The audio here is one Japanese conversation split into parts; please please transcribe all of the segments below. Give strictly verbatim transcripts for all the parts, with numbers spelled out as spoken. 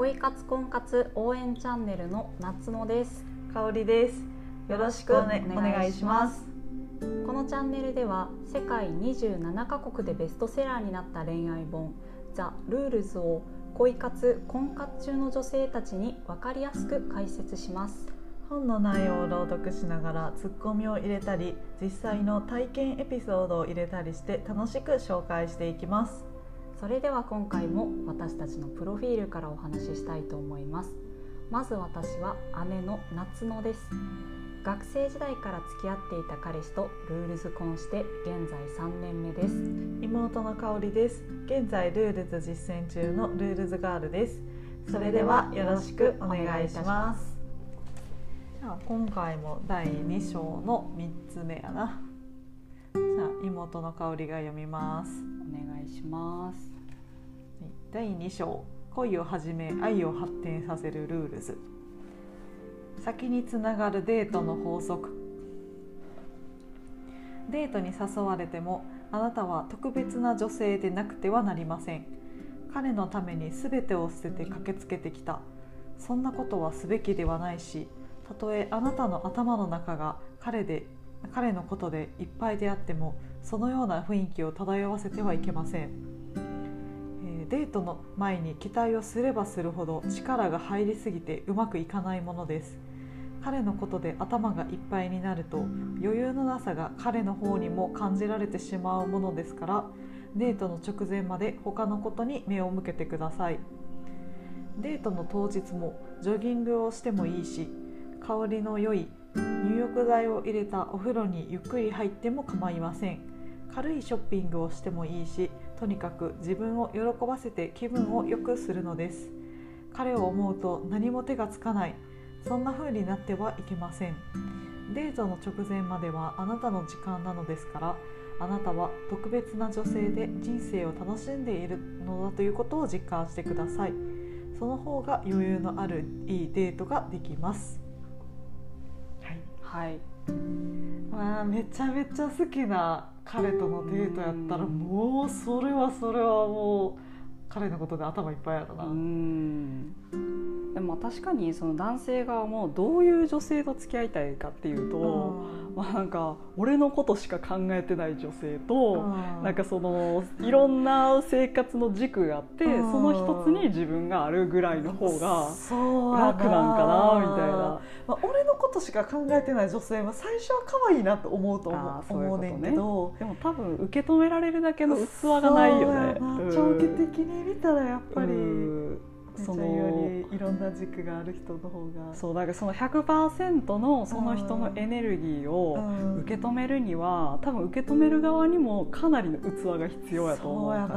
恋活婚活応援チャンネルの夏野です。 香りです。よろしくお願いします。 このチャンネルでは世界にじゅうななカ国でベストセラーになった恋愛本ザ・ルールズを恋活婚活中の女性たちに分かりやすく解説します。 本の内容を朗読しながらツッコミを入れたり、実際の体験エピソードを入れたりして楽しく紹介していきます。 それでは今回も私たちのプロフィールからお話ししたいと思います。まず私は姉の夏野です。学生時代から付き合っていた彼氏とルールズ婚して現在さんねんめです。 妹の香りです。現在ルールズ実践中のルールズガールです。それではよろしくお願いいたします。じゃあ今回もだいに章のみっつめやな。じゃあ妹の香りが読みます。 お願いします。 だいに章、恋を始め愛を発展させるルールズ。先につながるデートの法則。デートに誘われてもあなたは特別な女性でなくてはなりません。彼のために全てを捨てて駆けつけてきた。そんなことはすべきではないし、たとえあなたの頭の中が彼で彼のことでいっぱいであっても、そのような雰囲気を漂わせてはいけません。えー、デートの前に期待をすればするほど力が入りすぎてうまくいかないものです。彼のことで頭がいっぱいになると、余裕のなさが彼の方にも感じられてしまうものですから、デートの直前まで他のことに目を向けてください。デートの当日もジョギングをしてもいいし、香りの良い入浴剤を入れたお風呂にゆっくり入っても構いません。軽いショッピングをしてもいいし、とにかく自分を喜ばせて気分を良くするのです。彼を思うと何も手がつかない、そんな風になってはいけません。デートの直前まではあなたの時間なのですから、あなたは特別な女性で人生を楽しんでいるのだということを実感してください。その方が余裕のあるいいデートができます。 はい、 まあ、めちゃめちゃ好きな彼とのデートやったら、もうそれはそれはもう彼のことで頭いっぱいやろな。 うーんでも確かにその男性側もどういう女性と付き合いたいかっていうと、まあ、なんか俺のことしか考えてない女性と、なんかそのいろんな生活の軸があって、その一つに自分があるぐらいの方が楽なんかなみたいな。 まあ、俺のことしか考えてない女性は最初は可愛いなと思うと思う、 あそういうことね、 思うねんけど、 でも多分受け止められるだけの器がないよね。 長期的に見たらやっぱりそのよりいろんな軸がある人の方が、 そうだからその ひゃくパーセント のその人のエネルギーを受け止めるには、多分受け止める側にもかなりの器が必要やと思うから、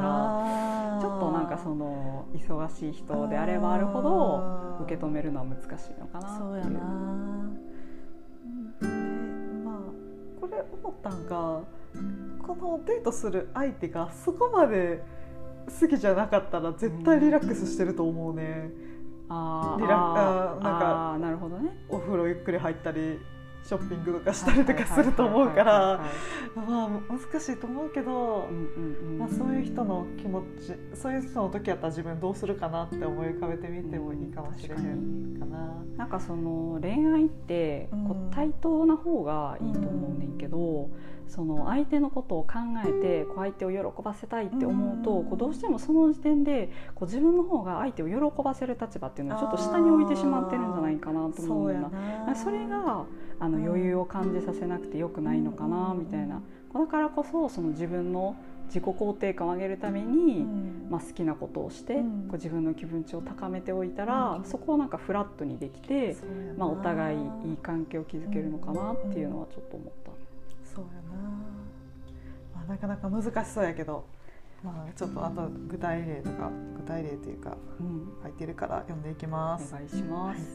ちょっとなんかその忙しい人であればあるほど受け止めるのは難しいのかなっていう。 そうやな。で、まあこれ思ったんが、このデートする相手がそこまで好きじゃなかったら絶対リラックスしてると思うね。 あリラあなんかあなるほどね。 お風呂ゆっくり入ったりショッピングとかしたりとかすると思うから、まあ難しいと思うけど、まあそういう人の気持ち、そういう人の時やったら自分どうするかなって思い浮かべてみてもいいかもしれへんかな。 なんかその恋愛ってこう対等な方がいいと思うねんけど、その相手のことを考えてこう相手を喜ばせたいって思うと、こうどうしてもその時点でこう自分の方が相手を喜ばせる立場っていうのをちょっと下に置いてしまってるんじゃないかなと思うんだ。それがあの余裕を感じさせなくてよくないのかなみたいな。だからこそその自分の自己肯定感を上げるために、まあ、好きなことをして、こう自分の気分値を高めておいたら、そこをなんかフラットにできて、まあ、お互いいい関係を築けるのかなっていうのはちょっと思った。 そうやな、まあ、なかなか難しそうやけど、まあ、ちょっとあと具体例とか具体例というか、うん、書いてるから読んでいきます。 お願いします。はい、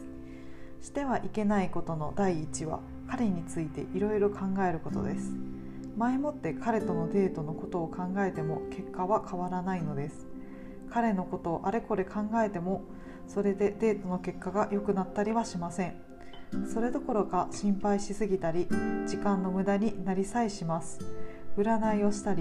してはいけないことのだいいちは、彼についていろいろ考えることです。前もって彼とのデートのことを考えても結果は変わらないのです。彼のことをあれこれ考えても、それでデートの結果が良くなったりはしません。それどころか心配しすぎたり、時間の無駄になりさえします。占いをしたり、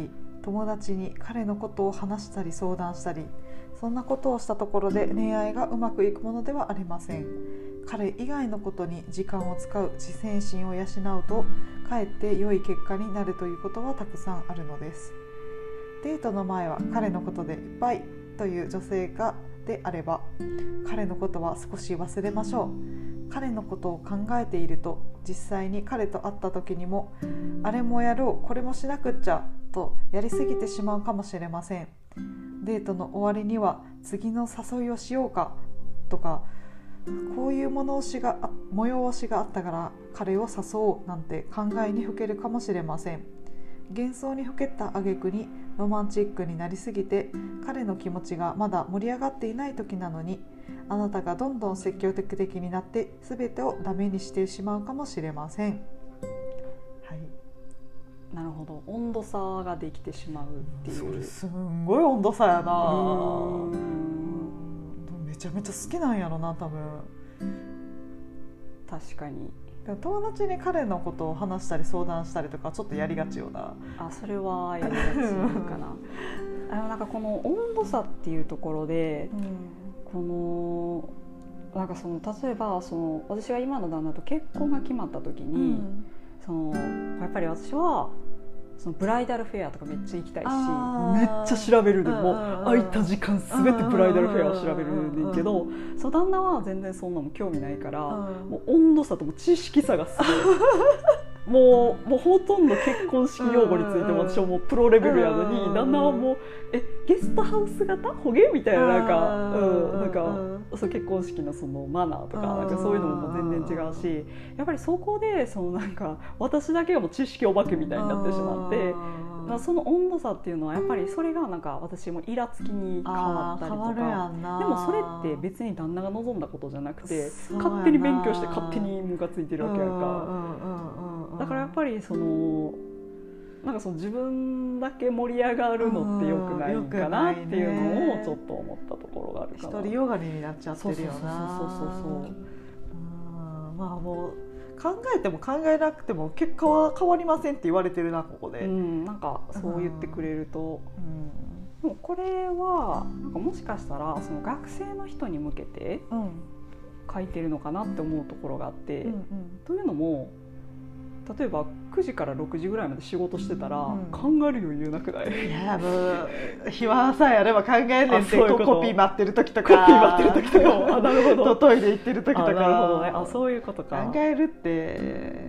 友達に彼のことを話したり相談したり、そんなことをしたところで恋愛がうまくいくものではありません。彼以外のことに時間を使う自制心を養うと、かえって良い結果になるということはたくさんあるのです。デートの前は彼のことでいっぱいという女性がであれば、彼のことは少し忘れましょう。彼のことを考えていると、実際に彼と会った時にも、あれもやろう、これもしなくっちゃとやりすぎてしまうかもしれません。デートの終わりには、次の誘いをしようかとか、こういう催しが催しがあったから彼を誘おうなんて考えにふけるかもしれません。幻想にふけた挙句にロマンチックになりすぎて、彼の気持ちがまだ盛り上がっていない時なのに、あなたがどんどん積極的になって全てをダメにしてしまうかもしれません。はい、 なるほど。温度差ができてしまうっていう。 それすんごい温度差やな。めちゃめちゃ好きなんやろな、多分。 確かに。 友達に彼のことを話したり相談したりとかちょっとやりがちよな。 あ、それはやりがちかな。あのなんかこの温度差っていうところで、うん、このなんかその例えばその私が今の旦那と結婚が決まった時に、うん、そのやっぱり私はそのブライダルフェアとかめっちゃ行きたいし、めっちゃ調べるでも空いた時間すべてブライダルフェアを調べるんだけど、そう旦那は全然そんなの興味ないから、もう温度差とも知識差がすごいもう、もうほとんど結婚式用語についても私はもうプロレベルやのに、旦那はもうえゲストハウス型ホゲみたいな、なんか、うん、なんかそう結婚式のそのマナーとか、なんかそういうのも全然違うし、やっぱりそこでそのなんか私だけがもう知識お化けみたいになってしまって、その温度差っていうのはやっぱりそれがなんか私もイラつきに変わったりとか、でもそれって別に旦那が望んだことじゃなくて、勝手に勉強して勝手にムカついてるわけやんか。だからやっぱりそのなんかその自分だけ盛り上がるのって良くないかなっていうのをちょっと思ったところがあるかな。 独りよがりになっちゃってるよな。 そうそうそうそう。 まあもう考えても考えなくても結果は変わりませんって言われてるな、ここで。 うん、なんかそう言ってくれると、うん、でもこれはなんかもしかしたらその学生の人に向けて書いてるのかなって思うところがあって、うんうん、というのも例えばくじからろくじぐらいまで仕事してたら、うん、考える余裕なくない？ いやもう暇さえあれば考えねんって、コピー待ってる時とか、 コピー待ってる時とかも、あ、なるほど、 トイレ行ってる時とか、 なるほどね、あ、そういうことか。 考えるって、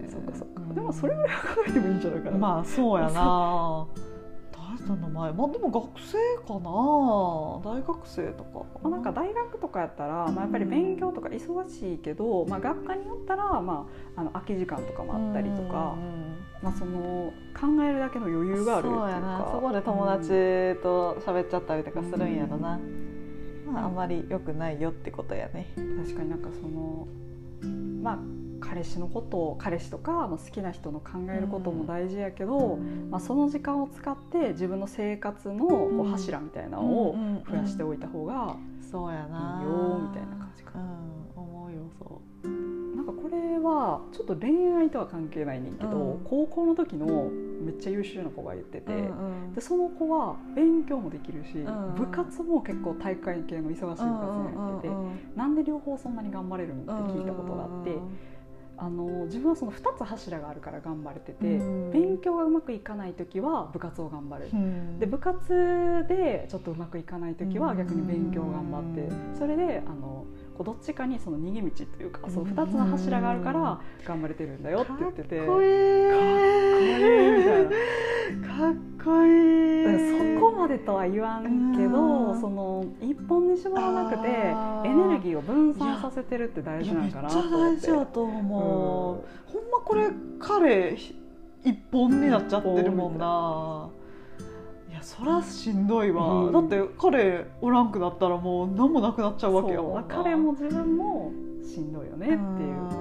そっかそっか、うん、でもそれぐらい考えてもいいんじゃないかな。 まあそうやな。大したの前、まあでも学生かな、大学生とか、 まあ、なんか大学とかやったら、まあ、やっぱり勉強とか忙しいけど、まあ、学科によったら、まあ、あの空き時間とかもあったりとか、まあ、その考えるだけの余裕があるっていうか、 そうやな、そこで友達と喋っちゃったりとかするんやろな、うん、まあ、あんまり良くないよってことやね。 確かになんかそのまあ彼氏のことを、彼氏とか好きな人の考えることも大事やけど、うん、まあ、その時間を使って自分の生活のこう柱みたいなのを増やしておいた方がいいよみたいな感じかな、 うん、思うよ。そうなんかこれはちょっと恋愛とは関係ないねんけど、うん、高校の時のめっちゃ優秀な子が言ってて、うんうん、でその子は勉強もできるし、うんうん、部活も結構体育会系の忙しい部活に入ってて、うんうんうん、なんで両方そんなに頑張れるのって聞いたことがあって、うんうんうん、あの自分はそのふたつ柱があるから頑張れてて、うん、勉強がうまくいかない時は部活を頑張る、うん、で部活でちょっとうまくいかない時は逆に勉強を頑張って、うん、それであのこうどっちかにその逃げ道というか、そのふたつの柱があるから頑張れてるんだよって言ってて、 かっこいい、 かっこいいみたいな、 かっこいい、そこまでとは言わんけど、その一本に絞らなくてエネルギーを分散させてるって大事なんかなと思って。 めっちゃ大事だと思う、うん、ほんまこれ彼一本になっちゃってるもんな。いやそらしんどいわ、うん、だって彼おらんくなったらもう何もなくなっちゃうわけやもんな。 彼も自分もしんどいよねっていうことなんかな。か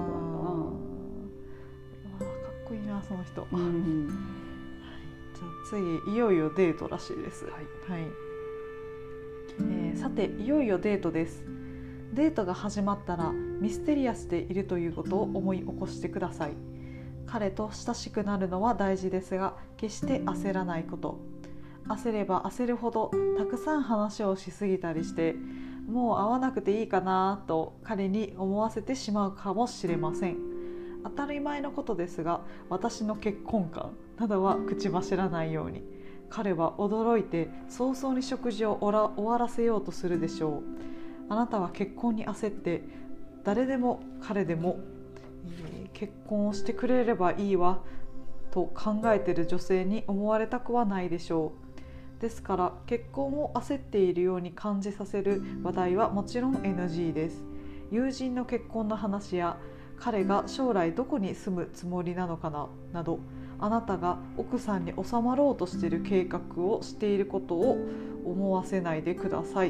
っこいいなその人、 うんうん、 じゃあ次いよいよデートらしいです、はいはい、えー、さていよいよデートです。デートが始まったらミステリアスでいるということを思い起こしてください。彼と親しくなるのは大事ですが決して焦らないこと。 焦れば焦るほどたくさん話をしすぎたりして、もう会わなくていいかなと彼に思わせてしまうかもしれません。当たり前のことですが、私の結婚観などは口走らないように。彼は驚いて早々に食事を終わらせようとするでしょう。あなたは結婚に焦って誰でも彼でも、えー、結婚をしてくれればいいわと考えている女性に思われたくはないでしょう。ですから結婚を焦っているように感じさせる話題はもちろん エヌジー です。友人の結婚の話や彼が将来どこに住むつもりなのかななど、あなたが奥さんに収まろうとしている計画をしていることを思わせないでください。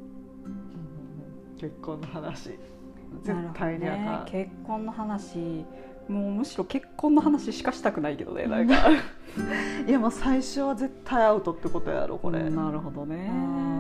結婚の話絶対にあかん、 ね、結婚の話、もうむしろ結婚の話しかしたくないけどね、なんかいや、もう最初は絶対アウトってことやろこれ、 うん、なるほどね。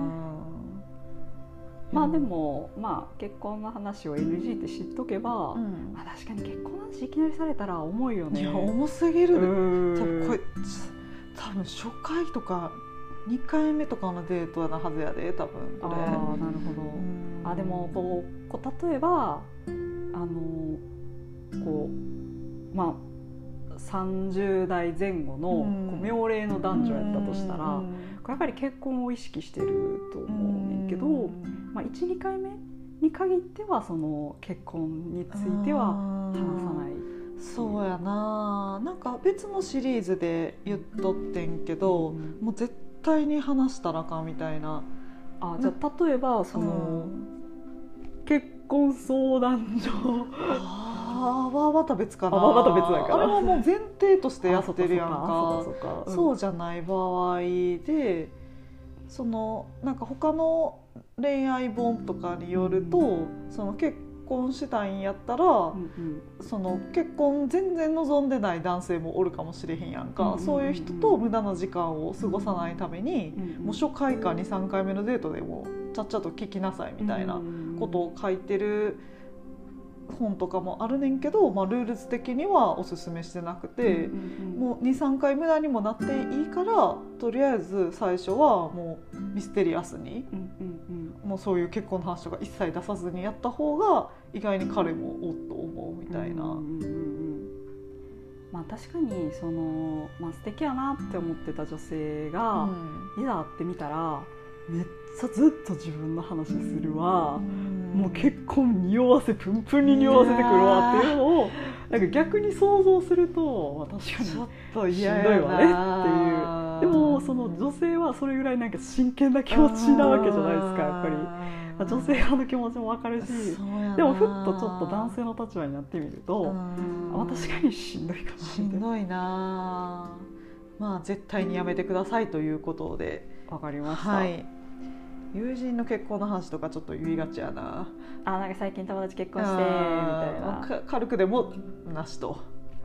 まあでも、まあ、結婚の話を エヌジー って知っとけば、うん、まあ、確かに結婚の話いきなりされたら重いよね。 いや重すぎるで、これ多分初回とかにかいめとかのデートなはずやで多分これ。 あ、なるほど。あ、でもこう、こう例えばあのこうまあさんじゅう代前後のこう妙齢の男女やったとしたら、これやっぱり結婚を意識してると思うねんけど、まあ、いち、にかいめに限ってはその結婚については話さない。 そうやな、なんか別のシリーズで言っとってんけど、うん、もう絶対に話したらあかんみたいな。 あ、じゃあ例えばその、うん、結婚相談所あはまた別かな。 あ、また別だから、 あれはもう前提としてやってるやんか。そうじゃない場合で、そのなんか他の恋愛本とかによると、うん、その結婚したいんやったら、うんうん、その結婚全然望んでない男性もおるかもしれへんやんか、うんうんうんうん、そういう人と無駄な時間を過ごさないために、うんうん、もう初回かに、さんかいめのデートでもちゃっちゃと聞きなさいみたいなことを書いてる本とかもあるねんけど、まあ、ルールズ的にはおすすめしてなくて、うんうんうん、もう にさんかい無駄にもなっていいから、とりあえず最初はもうミステリアスに、うんうんうん、もうそういう結婚の話とか一切出さずにやった方が意外に彼もおっと思うみたいな、うんうんうん、 まあ、確かにその、まあ、素敵やなって思ってた女性が、うん、いざ会ってみたらめっちゃずっと自分の話するわ、うん、もう結婚匂わせプンプンに匂わせてくるわっていうのをなんか逆に想像すると、まあ、確かにしんどいわねっていう。でもその女性はそれぐらいなんか真剣な気持ちなわけじゃないですか、やっぱり。まあ、女性側の気持ちも分かるし、でもふっとちょっと男性の立場になってみると、あ、確かにしんどいかな。 しんどいな。まあ絶対にやめてくださいということで。 わかりました、 はい。友人の結婚の話とかちょっと言いがちやな。 あ、なんか最近友達結婚してみたいな。 軽くでもなしと、うん、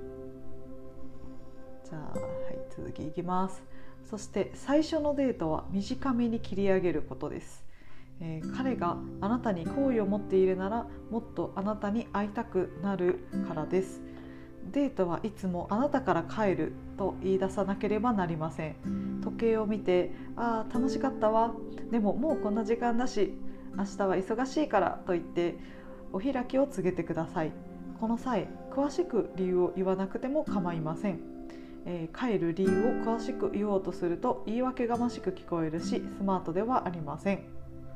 じゃあ、はい、続きいきます。そして最初のデートは短めに切り上げることです。えー、彼があなたに好意を持っているなら、もっとあなたに会いたくなるからです。デートはいつもあなたから帰ると言い出さなければなりません。時計を見て、ああ楽しかったわ、でももうこんな時間だし明日は忙しいからと言ってお開きを告げてください。この際詳しく理由を言わなくても構いません。えー、帰る理由を詳しく言おうとすると言い訳がましく聞こえるし、スマートではありません。はい、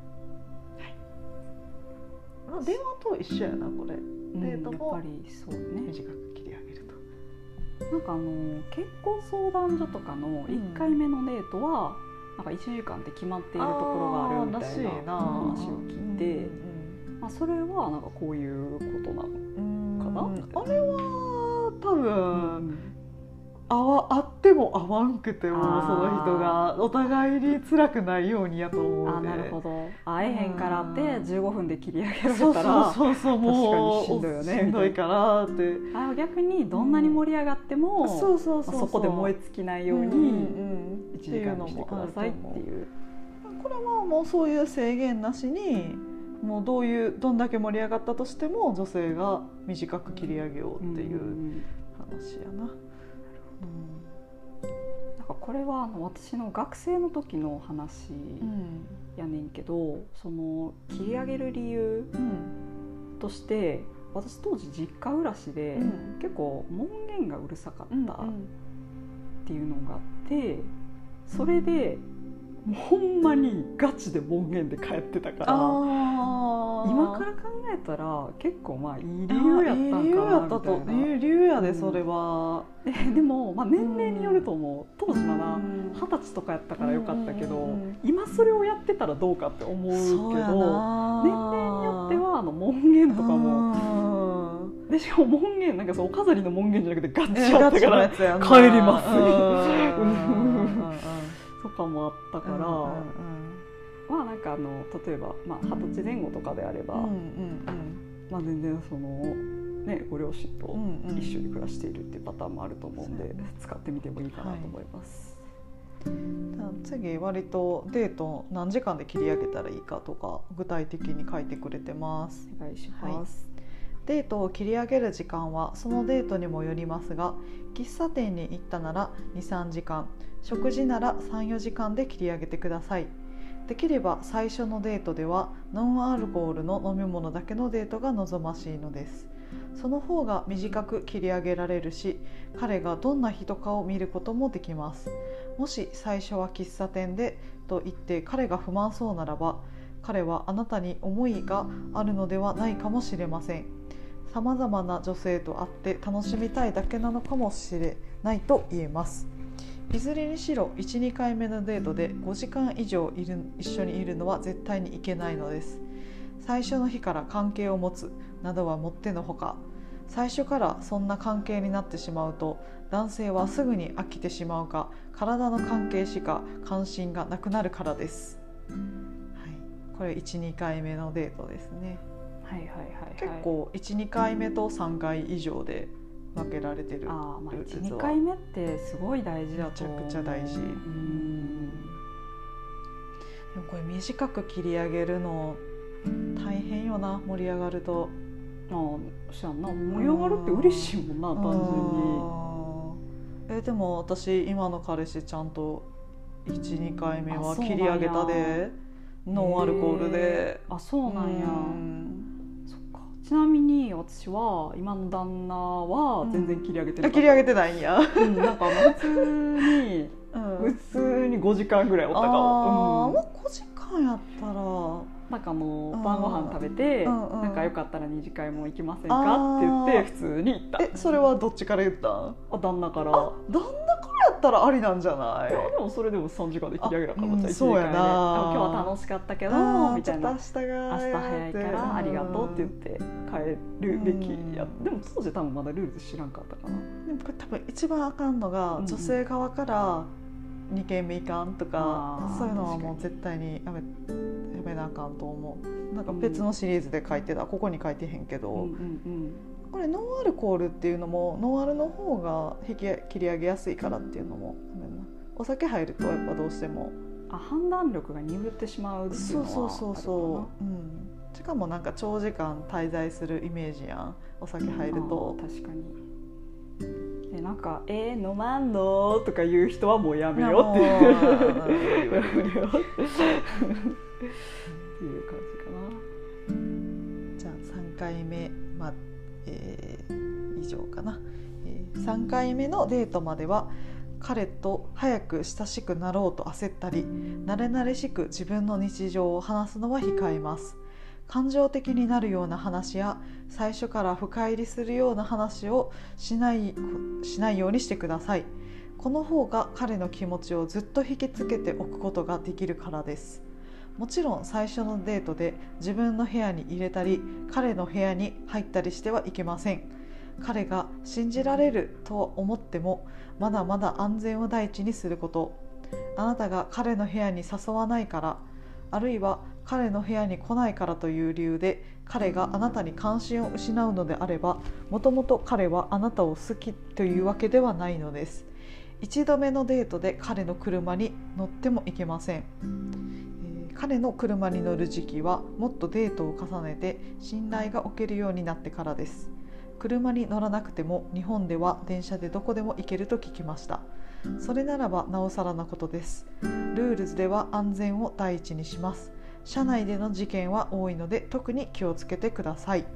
まあ、電話と一緒やなこれ。デートもやっぱりそうね、 短く切り上げると。 なんかあの結婚相談所とかのいっかいめのデートは、うん、なんかいちじかんって決まっているところがあるみたいな話を聞いて、うんうん、まあ、それはなんかこういうことなのかな。 あれは多分、うん、あわあっても会わんくてもその人がお互いに辛くないようにやと思う。 あ、なるほど。会えへんからってじゅうごふんで切り上げられたら、 そうそうそうそう、もう確かにしんどいよね、 しんどいからって。 あ、逆にどんなに盛り上がっても、うん、そうそうそうそう、まあ、そこで燃え尽きないようにいちじかんにしてくださいっていう。 これはもうそういう制限なしに、もうどういうどんだけ盛り上がったとしても女性が短く切り上げようっていう話やな。 うん、なんかかこれはあの私の学生の時の話やねんけど、うん、その切り上げる理由として、うん、私当時実家暮らしで、うん、結構門限がうるさかったっていうのがあって、それでもうほんまにガチで門限で帰ってたから、今から考えたら結構まあいい理由やったんかなみたいな。いい理由やったと、 いい理由やでそれは、 うん、で, でも、まあ、年齢によると思う。当時まだ二十歳とかやったからよかったけど、うん、今それをやってたらどうかって思うけど、年齢によってはあの門限とかも、でしかも門限なんかそうお飾りの門限じゃなくてガチやったから帰りますとかもあったから、うんうんうん、まあなんかあの例えばまあ二十歳前後とかであれば、うんうんうん、まあ全然そのねご両親と一緒に暮らしているっていうパターンもあると思うんで、うんうん、使ってみてもいいかなと思います。 はい、次割とデート何時間で切り上げたらいいかとか具体的に書いてくれてます。 お願いします。 はい、デートを切り上げる時間はそのデートにもよりますが、喫茶店に行ったなら にさんじかん、食事なら さんよじかんで切り上げてください。できれば最初のデートではノンアルコールの飲み物だけのデートが望ましいのです。その方が短く切り上げられるし、彼がどんな人かを見ることもできます。もし最初は喫茶店でと言って彼が不満そうならば、彼はあなたに思いがあるのではないかもしれません。さまざまな女性と会って楽しみたいだけなのかもしれないと言えます。いずれにしろ いち、にかいめのデートでごじかん以上いる一緒にいるのは絶対にいけないのです。最初の日から関係を持つなどはもってのほか、最初からそんな関係になってしまうと男性はすぐに飽きてしまうか、体の関係しか関心がなくなるからです。はい、これ いち、にかいめのデートですね。 はいはいはいはい、 結構 いち、にかいめとさんかい以上で分けられてる。 あ、まあ、いち、にかいめってすごい大事だと思う。 めちゃくちゃ大事。うん、でもこれ短く切り上げるの大変よな、盛り上がると。 ああ、そうやんな、盛り上がるって嬉しいもんな、単純に。えでも私今の彼氏ちゃんと いち、にかいめは切り上げたで、ノンアルコールで。 あ、そうなんや。そっか。ちなみに私は今の旦那は全然切り上げてなかった。 切り上げてないんや。 うん、なんか普通に、うん、普通にごじかんぐらいおったかも。 ああ、うん、もうごじかんやったら。 なんかもう晩ご飯食べて、うんうん、なんかよかったら二次会も行きませんかって言って普通に行った。 え、それはどっちから言ったん？ あ、旦那から。 あ、旦那からやったらありなんじゃない？ いやでもそれでもさんじかんで切り上げなかった、うん、 そうやな。 今日は楽しかったけどみたいな。 明日早いからありがとうって言って帰るべきや。でも当時多分まだルール知らんかったかな。 でもこれ多分一番あかんのが、うんうん、女性側からにけんめいかんとかそういうのはもう絶対にやめ、やめなあかんと思う。なんか別のシリーズで書いてた、ここに書いてへんけど、うんうんうん、これノンアルコールっていうのもノンアルの方が引き切り上げやすいからっていうのも、お酒入るとやっぱどうしてもあ判断力が鈍ってしまうっていうのはあるかな。 そうそうそうそう、うん、しかもなんか長時間滞在するイメージやん、お酒入ると。 確かに。でなんかえー、飲まんのとか言う人はもうやめようっていうやめようっていう感じかな。 じゃあさんかいめ、まあえー、以上かな、えー、さんかいめのデートまでは彼と早く親しくなろうと焦ったり、慣れ慣れしく自分の日常を話すのは控えます。感情的になるような話や最初から深入りするような話をしない、しないようにしてください。この方が彼の気持ちをずっと引きつけておくことができるからです。もちろん最初のデートで自分の部屋に入れたり彼の部屋に入ったりしてはいけません。彼が信じられると思ってもまだまだ安全を第一にすること。あなたが彼の部屋に誘わないから、あるいは彼の部屋に来ないからという理由で彼があなたに関心を失うのであれば、もともと彼はあなたを好きというわけではないのです。一度目のデートで彼の車に乗ってもいけません。えー、彼の車に乗る時期はもっとデートを重ねて信頼がおけるようになってからです。車に乗らなくても日本では電車でどこでも行けると聞きました。 それならばなおさらなことです。ルールズでは安全を第一にします。車内での事件は多いので特に気をつけてください。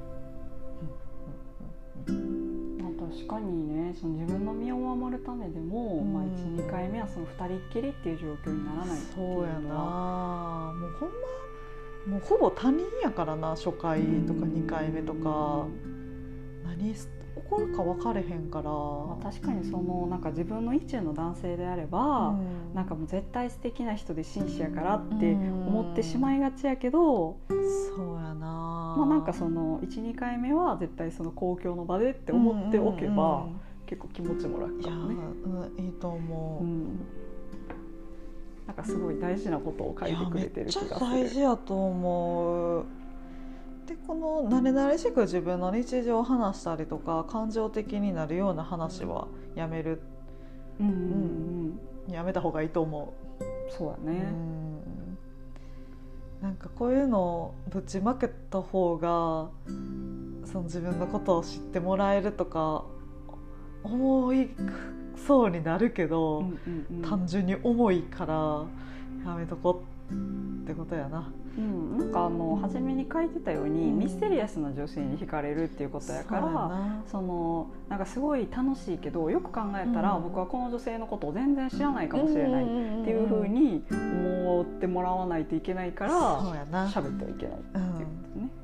まあ、確かにね、その自分の身を守るためでも、うん、まあ、いち、にかいめはそのふたりっきりっていう状況にならないっていうのは。 そうやな、もうほんまもうほぼ他人やからな、初回とかにかいめとか、何起こるか分かれへんから、 まあ、確かにそのなんか自分の意中の男性であれば、うん、なんかもう絶対素敵な人で紳士やからって思ってしまいがちやけど、 うん、そうやな、 まあ、なんかそのいち、にかいめは絶対その公共の場でって思っておけば、うんうんうん、結構気持ちも楽かもね。 いや、うん、いいと思う、うん、 なんかすごい大事なことを書いてくれてる気がする。めっちゃ大事やと思う。でこの慣れ慣れしく自分の日常を話したりとか感情的になるような話はやめる、うんうんうん、やめた方がいいと思う。 そうだね、うん、 なんかこういうのをぶちまけた方がその自分のことを知ってもらえるとか思いそうになるけど、うんうんうん、単純に重いからやめとこってことやな。 うん、なんかあの初めに書いてたように、うん、ミステリアスな女性に惹かれるっていうことやから、そのなんかすごい楽しいけどよく考えたら、うん、僕はこの女性のことを全然知らないかもしれないっていう風に思ってもらわないといけないから喋ってはいけないっていうことね、うん、はい。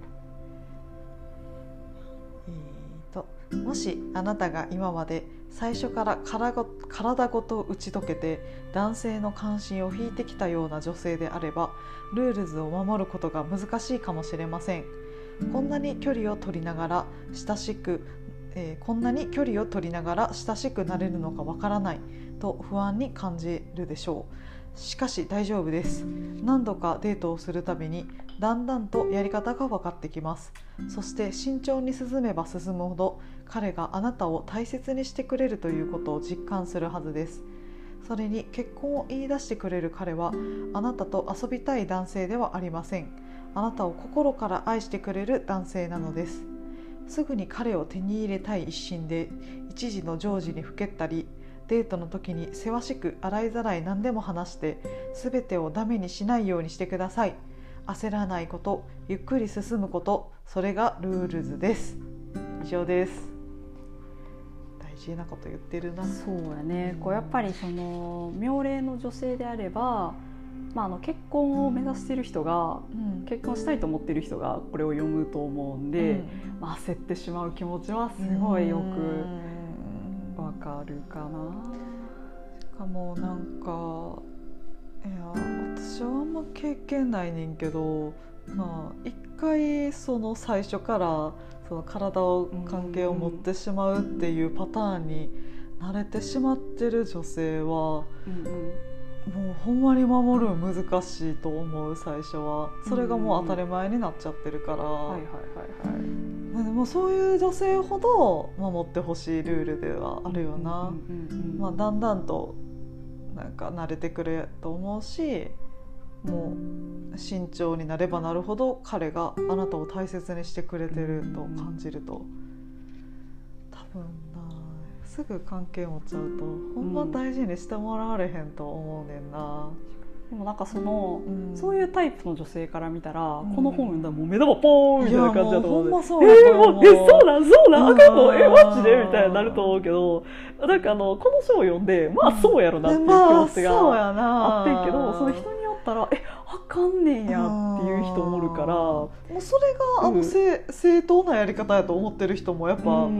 えーと、もしあなたが今まで最初から体ごと打ち解けて男性の関心を引いてきたような女性であればルールズを守ることが難しいかもしれません。こんなに距離を取りながら親しく、えー、こんなに距離を取りながら親しくなれるのかわからないと不安に感じるでしょう。しかし大丈夫です。何度かデートをするたびにだんだんとやり方が分かってきます。そして慎重に進めば進むほど彼があなたを大切にしてくれるということを実感するはずです。それに結婚を言い出してくれる彼はあなたと遊びたい男性ではありません。あなたを心から愛してくれる男性なのです。すぐに彼を手に入れたい一心で一時の情事にふけったり、デートの時にせわしく洗いざらい何でも話して全てをダメにしないようにしてください。焦らないこと、ゆっくり進むこと、それがルールズです。以上です。大事なこと言ってるな。 そうやね、こうやっぱりその妙齢の女性であれば、まあ、あの結婚を目指している人が、うん、結婚したいと思っている人がこれを読むと思うんで、うんまあ、焦ってしまう気持ちはすごいよくわかるかな。 しかもなんかいや私はあんま経験ないねんけど、まあ、一回その最初からその体を関係を持ってしまうっていうパターンに慣れてしまってる女性は、うんうん、もうほんまに守るの難しいと思う。最初はそれがもう当たり前になっちゃってるから、はいはいはいはい、でもそういう女性ほど守ってほしいルールではあるよな。まあだんだんとなんか慣れてくると思うし、もう慎重になればなるほど彼があなたを大切にしてくれてると感じると、多分なすぐ関係持っちゃうとほんま大事にしてもらわれへんと思うねんな。 でもなんかその、うん、そういうタイプの女性から見たら、うん、この本読んだらもう目玉ポーンみたいな感じだと思う。いやもうほんまそうやと思う。えー、もうえそうなんそうなんあかんのえマジでみたいになると思うけど、なんかあのこの書を読んでまあそうやろなっていう気持ちがあってんけど、まあ、その人によったらえあかんねんやっていう人もおるから、もうそれがあの、うん、正当なやり方やと思ってる人もやっぱ、うん、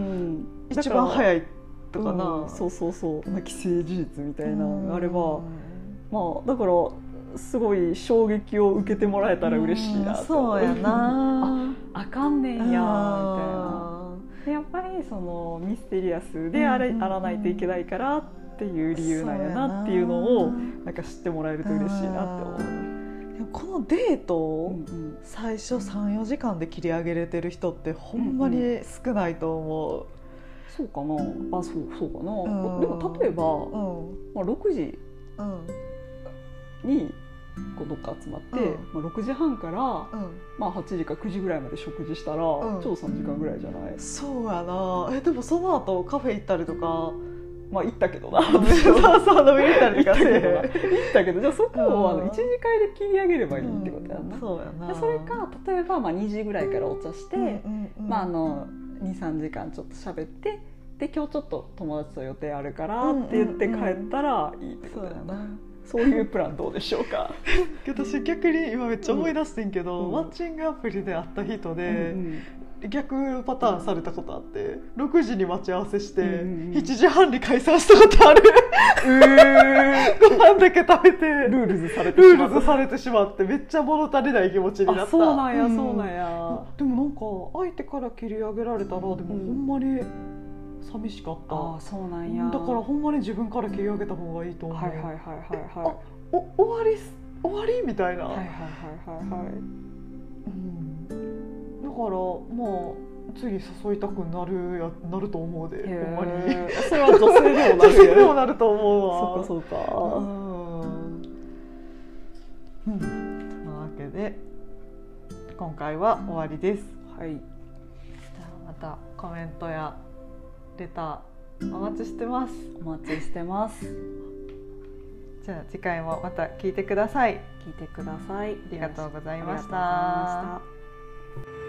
一番早いとかな、 うん、そうそうそう既成事実みたいなのがあれば、まあだからすごい衝撃を受けてもらえたら嬉しいなと、うん、 そうやなあ, あかんねんやみたいな。でやっぱりそのミステリアスであれ、うんうんうん、あらないといけないからっていう理由なんやなっていうのをなんか知ってもらえると嬉しいなって思う。 でもこのデートを最初 さん,よ 時間で切り上げれてる人ってほんまに少ないと思う、うんうん、 そうかなあ そう、そうかな、うん、でも例えば、うんまあ、ろくじにこうどっか集まって、うんまあ、ろくじはんから、うんまあ、はちじかくじぐらいまで食事したら、うん、ちょうどさんじかんぐらいじゃない。 そうやな。えでもその後カフェ行ったりとかまあ行ったけどなそうそう飲みに行ったりとかして行ったけどじゃあそこをあのいちじかいで切り上げればいいってことやな、 うん、そうやな。 でそれか例えばまあにじぐらいからお茶して、 うんうんうん、 まああのにさんじかんちょっと喋ってで今日ちょっと友達と予定あるからって言って帰ったらいいってことやな、 そうやな。 そういうプランどうでしょうか私逆に今めっちゃ思い出してんけど、 うん、 マッチングアプリで会った人で、 うんうん、 逆パターンされたことあってろくじに待ち合わせして、 うんうん、 しちじはんに解散したことあるえご飯だけ食べてルールズされてしまルールズされてしまってめっちゃ物足りない気持ちになった。 あそうなんや、 うん、 そうなんや。 でもなんか相手から切り上げられたらでもほんまに寂しかった、 うん、あそうなんや。 だからほんまに自分から切り上げた方がいいと思う。 はいはいはいはいはい。 お終わり終わりみたいな。 はいはいはいはいはい。 うん、だからまあ次誘いたくなるやなると思うで、ほんまに。 それは女性でもなる女性でもなると思うわ。 そうかそうか。 うん。うん。というわけで今回は終わりです。 はい。じゃあまたコメントやレターお待ちしてます。 お待ちしてます。 じゃあ次回もまた聞いてください。 聞いてください。 ありがとうございました。 ありがとうございました。